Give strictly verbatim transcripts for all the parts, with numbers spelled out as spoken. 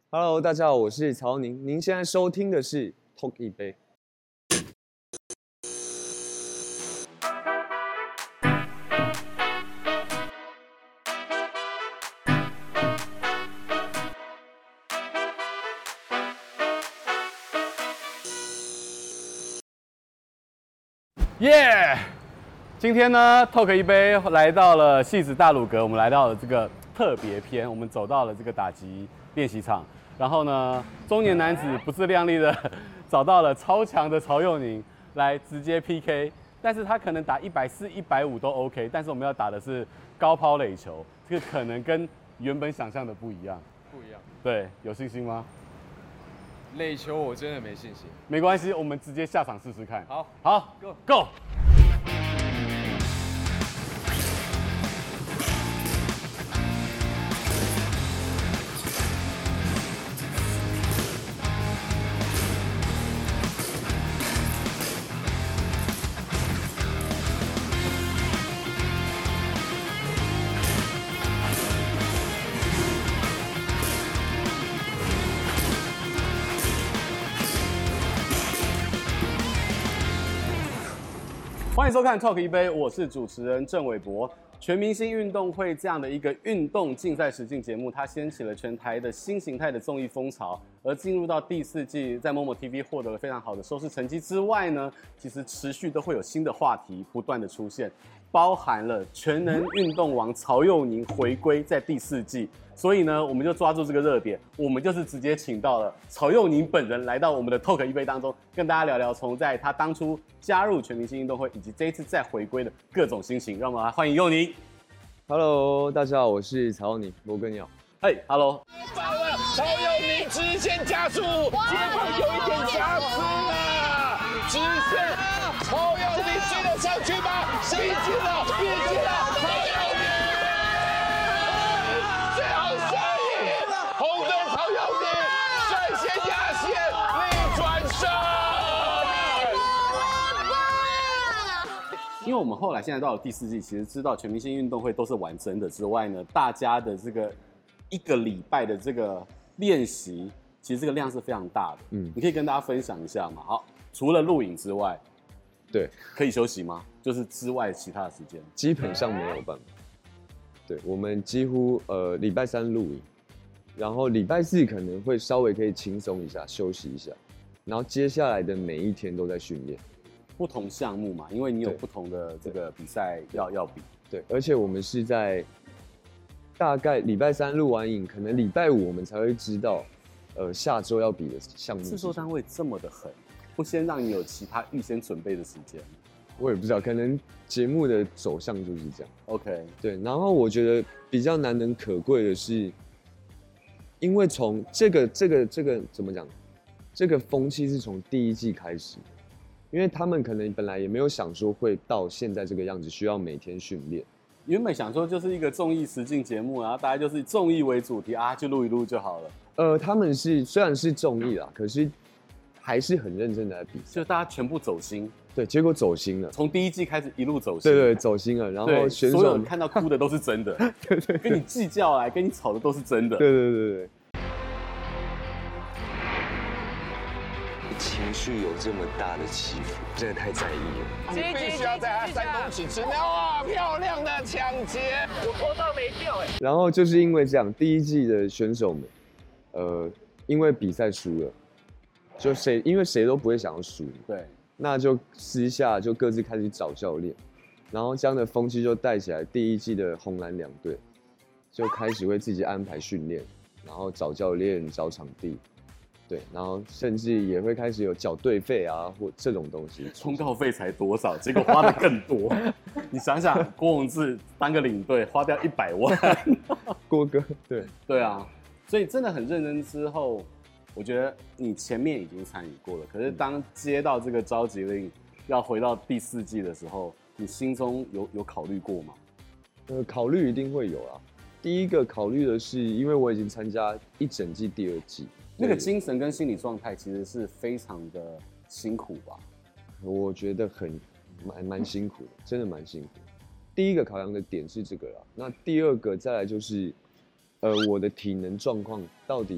Hello， 大家好，我是曹宁。您现在收听的是 Talk 一杯。 耶！ Yeah! 今天呢 ，Talk 一杯来到了戏子大鲁阁，我们来到了这个特别篇，我们走到了这个打击练习场。然后呢，中年男子不自量力的找到了超强的曹佑宁来直接 P K， 但是他可能打一百四、一百五都 OK， 但是我们要打的是高抛垒球，这个可能跟原本想象的不一样。 不一样。 对，有信心吗？ 垒球我真的没信心。 没关系，我们直接下场试试看。 好， 好 ，Go Go。欢迎收看 Talk 一杯，我是主持人郑伟博。全明星运动会这样的一个运动竞赛实境节目，它掀起了全台的新形态的综艺风潮。而进入到第四季，在 Momo T V 获得了非常好的收视成绩之外呢，其实持续都会有新的话题不断的出现，包含了全能运动王曹佑宁回归在第四季。所以呢，我们就抓住这个热点，我们就是直接请到了曹佑宁本人来到我们的 Talk 一杯当中，跟大家聊聊从在他当初加入全明星运动会，以及这一次再回归的各种心情。让我们来欢迎佑宁。 Hello， 大家好，我是曹佑宁，罗根鸟。 嘿、hey, ，Hello。 曹佑宁直线加速，接棒有一点瑕疵了，直线，曹佑宁追得上去吗？逼近了，逼近了，曹佑宁，最后胜利，红队曹佑宁率先压线，逆转胜。 因为我们后来现在到了第四季，其实知道全明星运动会都是玩真的之外呢，大家的这个一个礼拜的这个练习，其实这个量是非常大的。嗯，你可以跟大家分享一下嘛？好，除了录影之外， 对， 可以休息吗？就是之外其他的时间， 基本上没有办法。对，我们几乎呃礼拜三录影，然后礼拜四可能会稍微可以轻松一下，休息一下，然后接下来的每一天都在训练。 不同项目嘛，因为你有不同的这个比赛要要比。 对，而且我们是在大概礼拜三录完影，可能礼拜五我们才会知道，呃，下周要比的项目。 制作单位这么的狠，不先让你有其他预先准备的时间？ 我也不知道，可能节目的走向就是这样。 OK， 对。然后我觉得比较难能可贵的是，因为从这个这个这个怎么讲，这个风气是从第一季开始。因为他们可能本来也没有想说会到现在这个样子，需要每天训练。 原本想说就是一个综艺实境节目，然后大家就是综艺为主题啊，就录一录就好了。 呃，他们是虽然是综艺啦，可是还是很认真的在比赛， 就大家全部走心。 对，结果走心了， 从第一季开始一路走心。 对对，走心了。然后选手所有人看到哭的都是真的，对对，跟你计较来，跟你吵的都是真的。 对对对对。 情绪有这么大的起伏，真的太在意了。 你必须要在他三公尺之内，哇，漂亮的抢劫！我拖到没掉哎。 然后就是因为这样，第一季的选手们，呃，因为比赛输了，就谁因为谁都不会想要输， 对， 那就私下就各自开始找教练，然后这样的风气就带起来，第一季的红蓝两队就开始为自己安排训练，然后找教练、找场地。对，然后甚至也会开始有缴队费啊，或这种东西。 通告费才多少，结果花的更多。你想想，郭泓志当个领队花掉一百万， 郭哥，对对啊，所以真的很认真。之后，我觉得你前面已经参与过了，可是当接到这个召集令，要回到第四季的时候，你心中有有考虑过吗？ 呃，考虑一定会有啊。第一个考虑的是，因为我已经参加一整季第二季。 那个精神跟心理状态其实是非常的辛苦吧？ 我觉得很蛮蛮辛苦的，真的蛮辛苦。第一个考量的点是这个啦，那第二个再来就是，呃，我的体能状况到底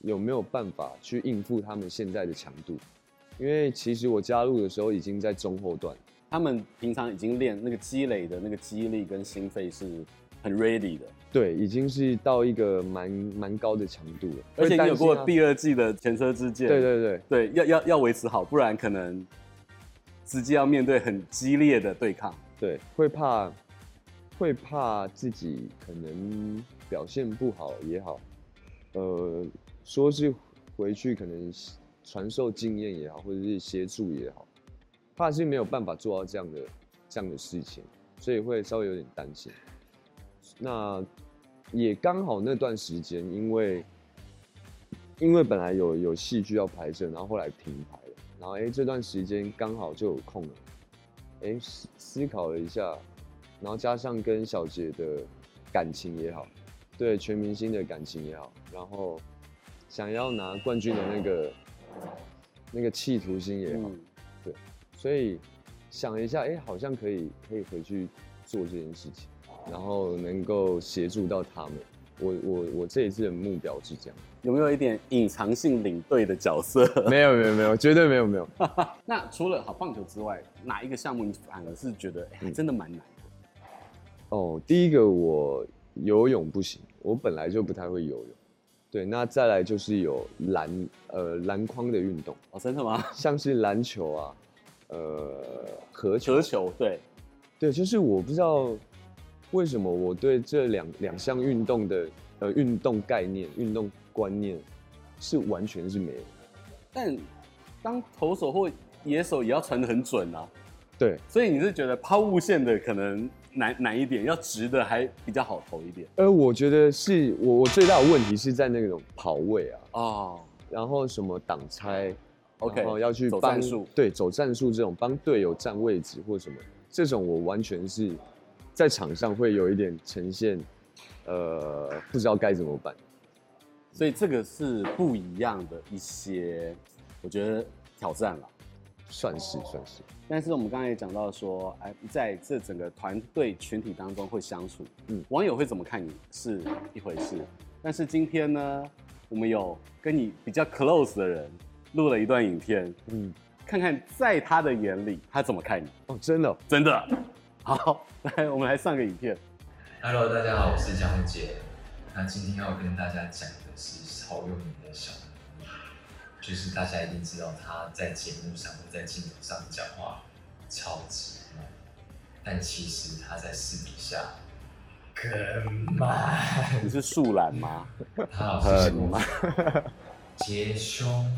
有没有办法去应付他们现在的强度？因为其实我加入的时候已经在中后段， 他们平常已经练那个积累的那个肌力跟心肺是很 ready 的， 对，已经是到一个蛮蛮高的强度了。 而且你有过啊第二季的前车之鉴， 对对对对，要要要维持好，不然可能直接要面对很激烈的对抗。 对，会怕会怕自己可能表现不好也好，呃，说是回去可能传授经验也好，或者是协助也好，怕是没有办法做到这样的这样的事情，所以会稍微有点担心。那也刚好那段时间，因为因为本来有有戏剧要拍摄，然后后来停拍了，然后哎、欸、这段时间刚好就有空了，哎、欸、思思考了一下，然后加上跟小杰的感情也好，对全明星的感情也好，然后想要拿冠军的那个那个企图心也好， 嗯、 对，所以想一下，哎、欸，好像可以可以回去做这件事情，然后能够协助到他们。我我我这一次的目标是这样。 有没有一点隐藏性领队的角色？ 没有没有没有，绝对没有没有。 那除了好棒球之外，哪一个项目你反而是觉得哎、欸，还真的蛮难的？ 哦，第一个我游泳不行，我本来就不太会游泳。对，那再来就是有篮呃篮筐的运动。 哦，真的吗？ 像是篮球啊，呃合球。 合球，对。 对，就是我不知道为什么我对这两两项运动的呃运动概念、运动观念是完全是没有。 但当投手或野手也要传得很准啊。 对， 所以你是觉得抛物线的可能难难一点，要直的还比较好投一点。 呃，我觉得是我我最大的问题是在那种跑位啊， 哦， 然后什么挡拆 ，OK， 然后要去走帮战术， 对，走战术这种帮队友占位置或什么，这种我完全是在场上会有一点呈现，呃，不知道该怎么办。 所以这个是不一样的一些，我觉得挑战了。 算是算是， 但是我们刚才也讲到说，哎，在这整个团队群体当中会相处，嗯，网友会怎么看你是一回事，但是今天呢，我们有跟你比较 close 的人录了一段影片，嗯，看看在他的眼里他怎么看你。 哦，真的、哦、 真的。好，来我们来上个影片。 Hello， 大家好，我是江宏杰。那今天要跟大家讲的是曹佑铭的小能力，就是大家一定知道他在节目上或在镜头上讲话超级慢，但其实他在私底下更慢。 你是树懒吗？ 他老是说杰兄，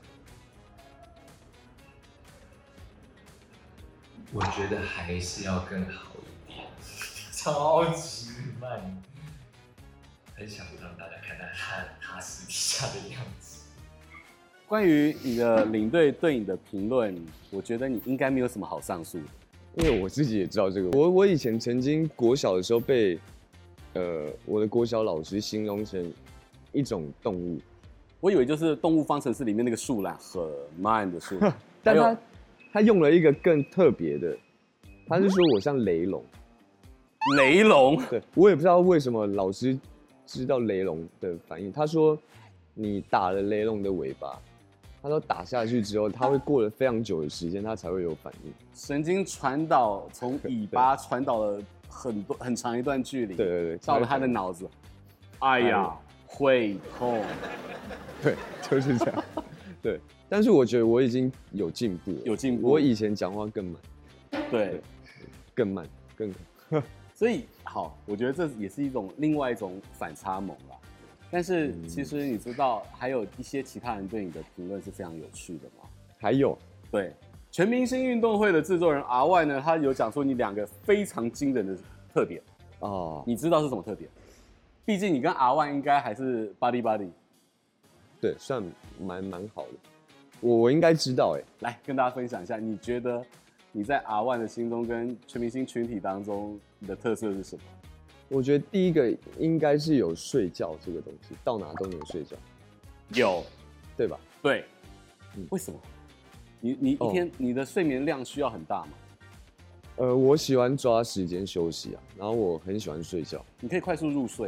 我觉得还是要更好一点，超级慢。很想让大家看到他他私底下的样子。 关于你的领队对你的评论，我觉得你应该没有什么好上诉的， 因为我自己也知道这个。我我以前曾经国小的时候被，呃，我的国小老师形容成一种动物。 我以为就是《动物方程式》里面那个树懒，很慢的树懒， 但他他用了一个更特别的，他是说我像雷龙。 雷龙？ 对，我也不知道为什么老师知道雷龙的反应。他说你打了雷龙的尾巴。他说打下去之后，他会过了非常久的时间，他才会有反应。 神经传导从尾巴传导了很多很长一段距离， 对对对， 到了他的脑子。哎呀，会痛。 对，就是这样。对，但是我觉得我已经有进步了， 有进步。 我以前讲话更慢， 对， 对更慢，更。 所以好，我觉得这也是一种另外一种反差萌啦。但是其实你知道，还有一些其他人对你的评论是非常有趣的吗？ 还有， 对，全明星运动会的制作人 R Y 呢，他有讲说你两个非常惊人的特点哦， 你知道是什么特点？毕竟你跟 R Y 应该还是 buddy buddy， 对，算蛮蛮好的。我我应该知道哎， 来跟大家分享一下，你觉得你在 R Y 的心中跟全明星群体当中，你的特色是什么？ 我觉得第一个应该是有睡觉这个东西，到哪都能睡觉， 有， 对吧？ 对，嗯、为什么？你你一天、哦、你的睡眠量需要很大吗？ 呃，我喜欢抓时间休息啊，然后我很喜欢睡觉。 你可以快速入睡。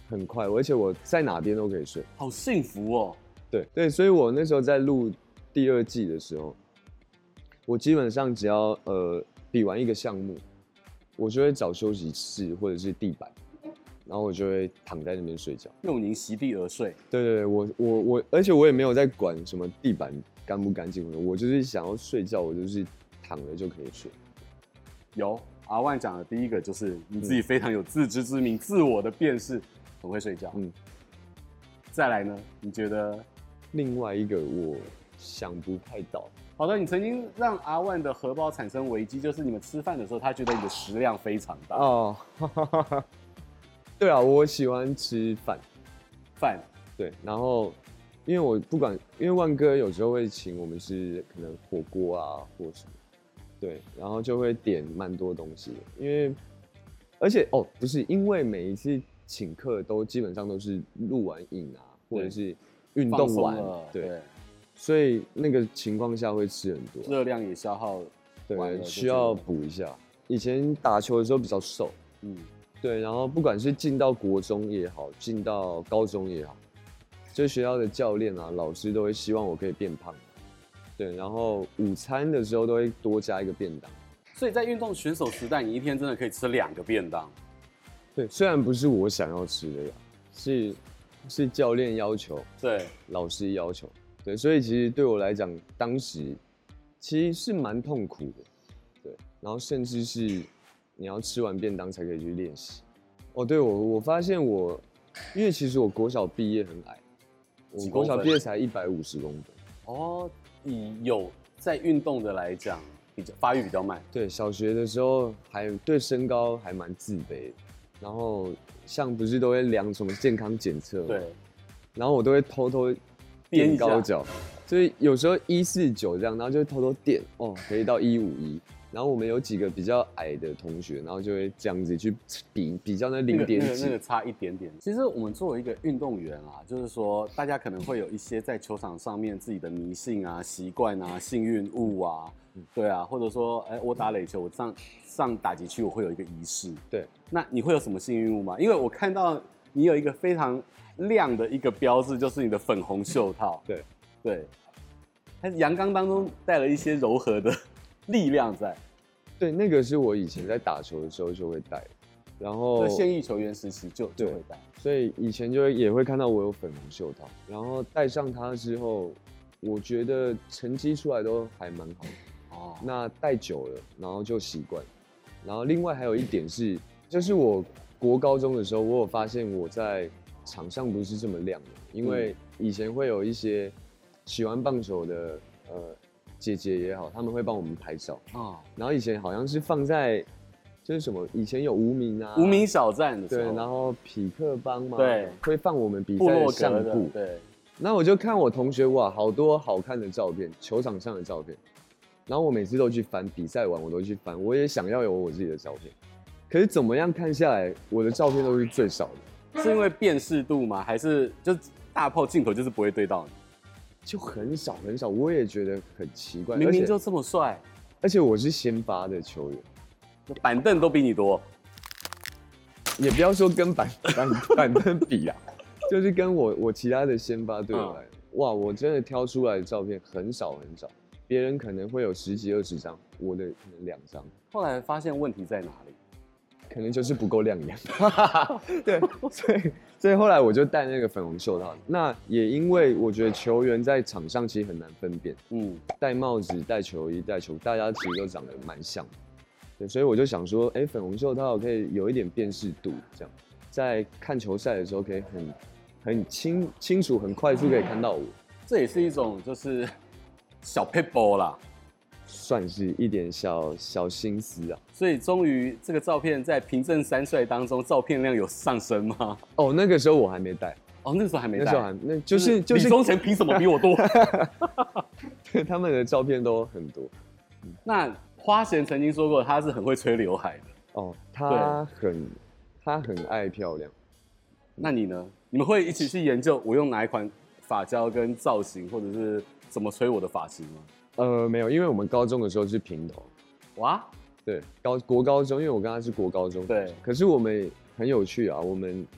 很快，而且我在哪边都可以睡。 好幸福哦。 对对，所以我那时候在录第二季的时候，我基本上只要呃比完一个项目，我就会找休息室或者是地板，然后我就会躺在那边睡觉， 用您席地而睡。 对对对，我我我，而且我也没有在管什么地板干不干净，我就是想要睡觉，我就是躺着就可以睡。 有阿万讲的第一个就是你自己非常有自知之明，嗯、自我的辨识，很会睡觉。嗯，再来呢？你觉得？ 另外一个我想不太到。 好的，你曾经让阿万的荷包产生危机，就是你们吃饭的时候，他觉得你的食量非常大。哦， 对啊，我喜欢吃饭， 饭对，然后因为我不管，因为万哥有时候会请我们吃可能火锅啊或什么，对，然后就会点蛮多东西的，因为而且哦不是，因为每一次请客都基本上都是录完影啊，或者是运动完，对。对，所以那个情况下会吃很多， 热量也消耗， 对，需要补一下。以前打球的时候比较瘦，嗯，对，然后不管是进到国中也好，进到高中也好，就学校的教练啊、老师都会希望我可以变胖，对，然后午餐的时候都会多加一个便当。 所以在运动选手时代，你一天真的可以吃两个便当。 对，虽然不是我想要吃的呀，是是教练要求， 对， 老师要求。对，所以其实对我来讲，当时其实是蛮痛苦的，对，然后甚至是你要吃完便当才可以去练习。哦，对，我我发现我，因为其实我国小毕业很矮，我国小毕业才一百五十公分。 哦，以有在运动的来讲，比较发育比较慢。 对，小学的时候还对身高还蛮自卑的，然后像不是都会量什么健康检测， 对， 然后我都会偷偷垫高脚，所以有时候一四九这样，然后就偷偷垫哦，可以到一五一。然后我们有几个比较矮的同学，然后就会这样子去比比较那零点几、那個，那个差一点点。其实我们作为一个运动员啊，就是说大家可能会有一些在球场上面自己的迷信啊、习惯啊、幸运物啊，对啊，或者说，哎，我打垒球，我上上打击区我会有一个仪式。 对， 那你会有什么幸运物吗？因为我看到你有一个非常亮的一个标志，就是你的粉红袖套。 对， 对，它阳刚当中带了一些柔和的力量在。 对，那个是我以前在打球的时候就会戴，然后现役球员时期就就会戴， 所以以前就会也会看到我有粉红袖套，然后戴上它之后，我觉得成绩出来都还蛮好的。哦，那戴久了，然后就习惯。然后另外还有一点是，就是我国高中的时候，我有发现我在场上不是这么亮的，因为以前会有一些喜欢棒球的呃。姐姐也好，他们会帮我们拍照啊、哦。然后以前好像是放在，就是什么，以前有无名啊， 无名小站的时候， 对，然后匹克帮嘛， 对， 会放我们比赛的相簿， 对。 然后我就看我同学哇，好多好看的照片，球场上的照片。然后我每次都去翻，比赛完我都去翻，我也想要有我自己的照片。可是怎么样看下来，我的照片都是最少的。 是因为辨识度吗？还是就大炮镜头就是不会对到你？ 就很少很少，我也觉得很奇怪。 明明就这么帅， 而且我是先发的球员， 板凳都比你多。 也不要说跟板板板凳比啊，就是跟我我其他的先发队友来、嗯，哇，我真的挑出来的照片很少很少，别人可能会有十几二十张，我的可能两张。 后来发现问题在哪里？ 可能就是不够亮眼。对，所以所以后来我就戴那个粉红袖套。那也因为我觉得球员在场上其实很难分辨，嗯，戴帽子、戴球衣、戴球，大家其实都长得蛮像的。对，所以我就想说，哎、欸，粉红袖套可以有一点辨识度，这样在看球赛的时候可以很很清清楚、很快速可以看到我。 这也是一种就是小 paper 啦。 算是一点小小心思啊， 所以终于这个照片在平镇三帅当中，照片量有上升吗？ 哦，那个时候我还没带， 哦，那个时候还没带， 那时候还那就是就是李宗贤凭什么比我多？ 对，他们的照片都很多。 那花贤曾经说过，他是很会吹刘海的。 哦，他很他很爱漂亮。 那你呢？你们会一起去研究我用哪一款发胶跟造型，或者是怎么吹我的发型吗？ 呃，没有，因为我们高中的时候是平头。 哇， 对，高国高中，因为我跟他是国高中。 对。 可是我们很有趣啊，我们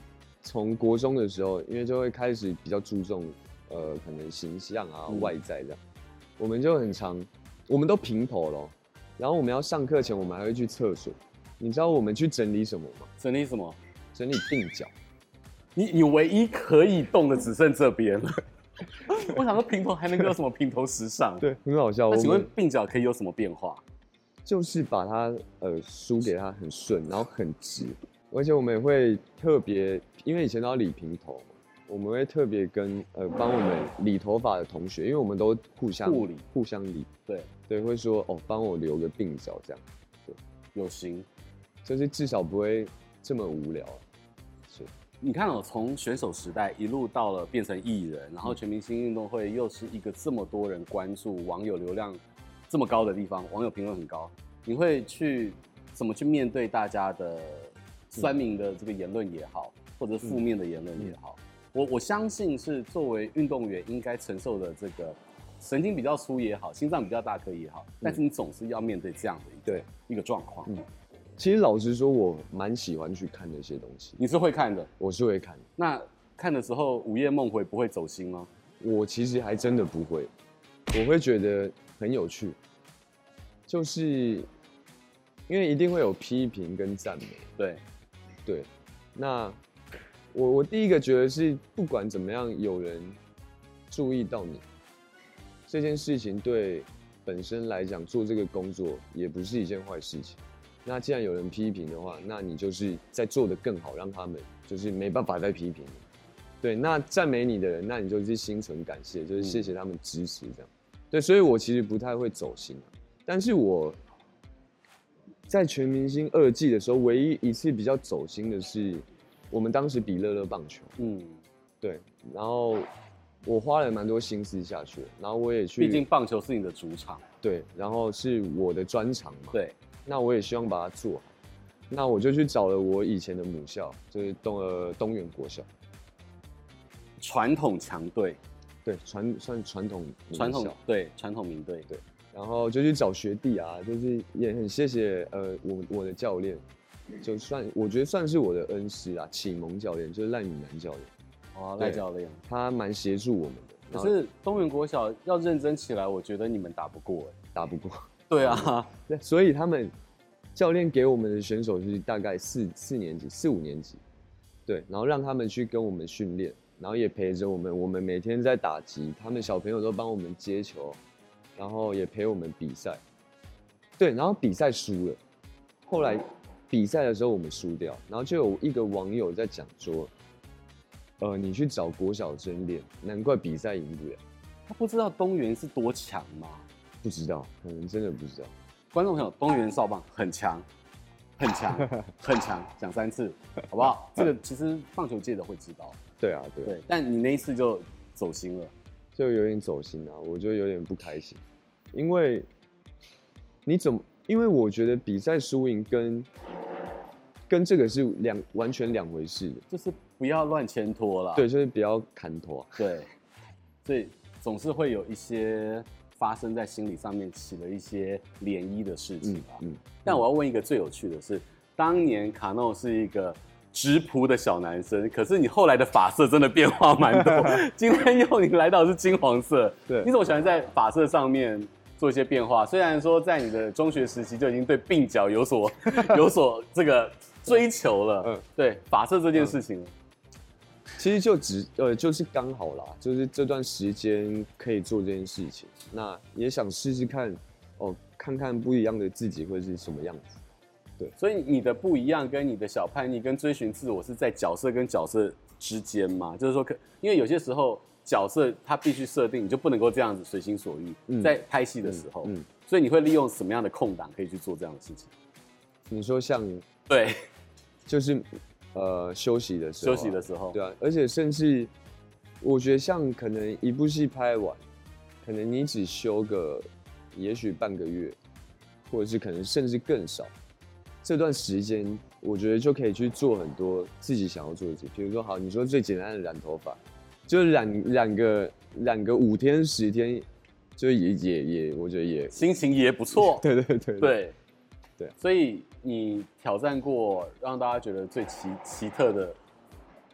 从国中的时候，因为就会开始比较注重呃可能形象啊、 嗯、 外在这样，我们就很常，我们都平头咯，然后我们要上课前，我们还会去厕所。你知道我们去整理什么吗？ 整理什么？ 整理鬓角。 你你唯一可以动的只剩这边了。我想说平头还能够有什么平头时尚？ 对，很好笑。 那请问鬓角可以有什么变化？ 就是把它呃梳给它很顺，然后很直，而且我们也会特别，因为以前都要理平头嘛，我们会特别跟呃帮我们理头发的同学，因为我们都互相互理， 互相理， 对对，会说哦帮我留个鬓角这样，对， 有型， 就是至少不会这么无聊。是， 你看哦，从选手时代一路到了变成艺人，然后全明星运动会又是一个这么多人关注、网友流量这么高的地方，网友评论很高，你会去怎么去面对大家的酸民的这个言论也好，或者负面的言论也好？我我相信是作为运动员应该承受的这个神经比较粗也好，心脏比较大颗也好，但是你总是要面对这样的一个对一个状况。 嗯，其实老实说，我蛮喜欢去看那些东西。 你是会看的？ 我是会看的。 那看的时候午夜梦回不会走心吗？ 我其实还真的不会，我会觉得很有趣，就是因为一定会有批评跟赞美。 对， 对，那我我第一个觉得是，不管怎么样，有人注意到你这件事情，对本身来讲做这个工作也不是一件坏事情。那既然有人批评的话，那你就是在做得更好，让他们就是没办法再批评你。对，那赞美你的人，那你就是心存感谢，就是谢谢他们支持这样。对，所以我其实不太会走心，但是我在全明星二季的时候，唯一一次比较走心的是，我们当时比乐乐棒球，嗯，对，然后我花了蛮多心思下去，然后我也去， 毕竟棒球是你的主场， 对，然后是我的专长嘛， 对， 那我也希望把它做好，那我就去找了我以前的母校，就是东呃东元国小。 传统强队， 对，传算传统传统对传统名队， 对，然后就去找学弟啊，就是也很谢谢呃我我的教练，就算我觉得算是我的恩师啊，启蒙教练就是赖敏南教练， 哦，赖教练， 他蛮协助我们的。 可是东元国小要认真起来，我觉得你们打不过哎， 打不过。 对啊， 对，所以他们教练给我们的选手是大概四四年级、四五年级，对，然后让他们去跟我们训练。然后也陪着我们，我们每天在打击，他们小朋友都帮我们接球，然后也陪我们比赛。对，然后比赛输了，后来比赛的时候我们输掉，然后就有一个网友在讲说，呃，你去找国小真练，难怪比赛赢不了。 他不知道东元是多强吗？ 不知道，可能真的不知道。 观众朋友，东元少棒很强，很强，很强，讲三次，好不好？这个其实棒球界的会知道。 对啊，对啊， 对，但你那一次就走心了， 就有点走心啊，我就有点不开心，因为你怎么？因为我觉得比赛输赢跟跟这个是两完全两回事的， 就是不要乱牵拖啦。 对，就是不要砍头啊。 对，所以总是会有一些发生在心理上面起了一些涟漪的事情啊。嗯，嗯但我要问一个最有趣的是，当年卡诺是一个直朴的小男生，可是你后来的发色真的变化蛮多。今天又你来到的是金黄色，对，你怎么喜欢在发色上面做一些变化？虽然说在你的中学时期就已经对鬓角有所有所这个追求了，嗯，对发色这件事情，嗯、 其实就只呃就是刚好啦，就是这段时间可以做这件事情，那也想试试看，哦，看看不一样的自己会是什么样子。对， 所以你的不一样跟你的小叛逆跟追寻自我是在角色跟角色之间嘛？就是说可，因为有些时候角色它必须设定，你就不能够这样子随心所欲。嗯、在拍戏的时候，嗯嗯、所以你会利用什么样的空档可以去做这样的事情？ 你说像对， 就是呃休息的时候、啊， 休息的时候， 对啊，而且甚至我觉得像可能一部戏拍完，可能你只休个也许半个月，或者是可能甚至更少。这段时间，我觉得就可以去做很多自己想要做的事，比如说，好，你说最简单的染头发，就染染个染个五天十天，就也也也，我觉得也心情也不错。 对对对对对对， 所以你挑战过让大家觉得最奇奇特的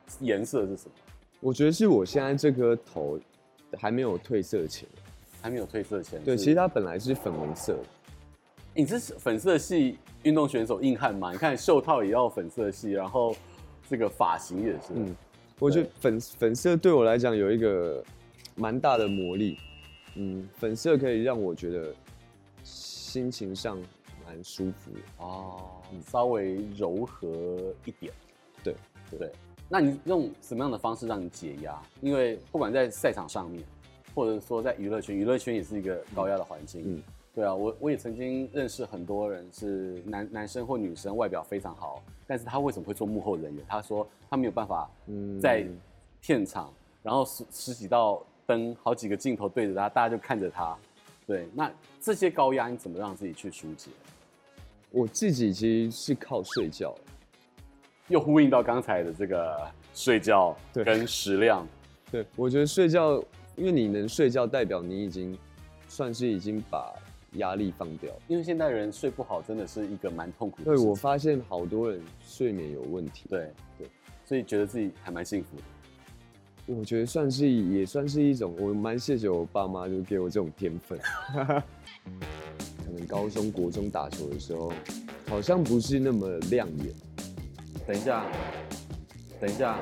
颜色是什么？ 我觉得是我现在这颗头还没有褪色前， 还没有褪色前。 对，其实它本来是粉红色的。 你这是粉色系运动选手硬汉吗？你看袖套也要粉色系，然后这个发型也是。 嗯，我觉得粉粉色对我来讲有一个蛮大的魔力。嗯，粉色可以让我觉得心情上蛮舒服的哦，稍微柔和一点。 对对，那你用什么样的方式让你解压？因为不管在赛场上面，或者说在娱乐圈，娱乐圈也是一个高压的环境。嗯，对啊，我我也曾经认识很多人是男男生或女生，外表非常好，但是他为什么会做幕后人员？他说他没有办法在片场，然后十十几道灯，好几个镜头对着他，大家就看着他。对，那这些高压你怎么让自己去疏解？ 我自己其实是靠睡觉， 又呼应到刚才的这个睡觉跟食量。 对，我觉得睡觉，因为你能睡觉，代表你已经算是已经把压力放掉。 因为现代人睡不好，真的是一个蛮痛苦的对， 事情。 我发现好多人睡眠有问题。 对对，所以觉得自己还蛮幸福的。 我觉得算是也算是一种，我蛮谢谢我爸妈，就给我这种天分。可能高中国中打球的时候，好像不是那么亮眼。 等一下，等一下。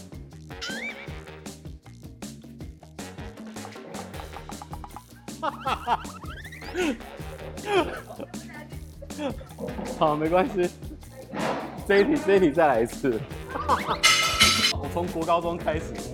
好，没关系。这一题，这一题再来一次。我从国高中开始。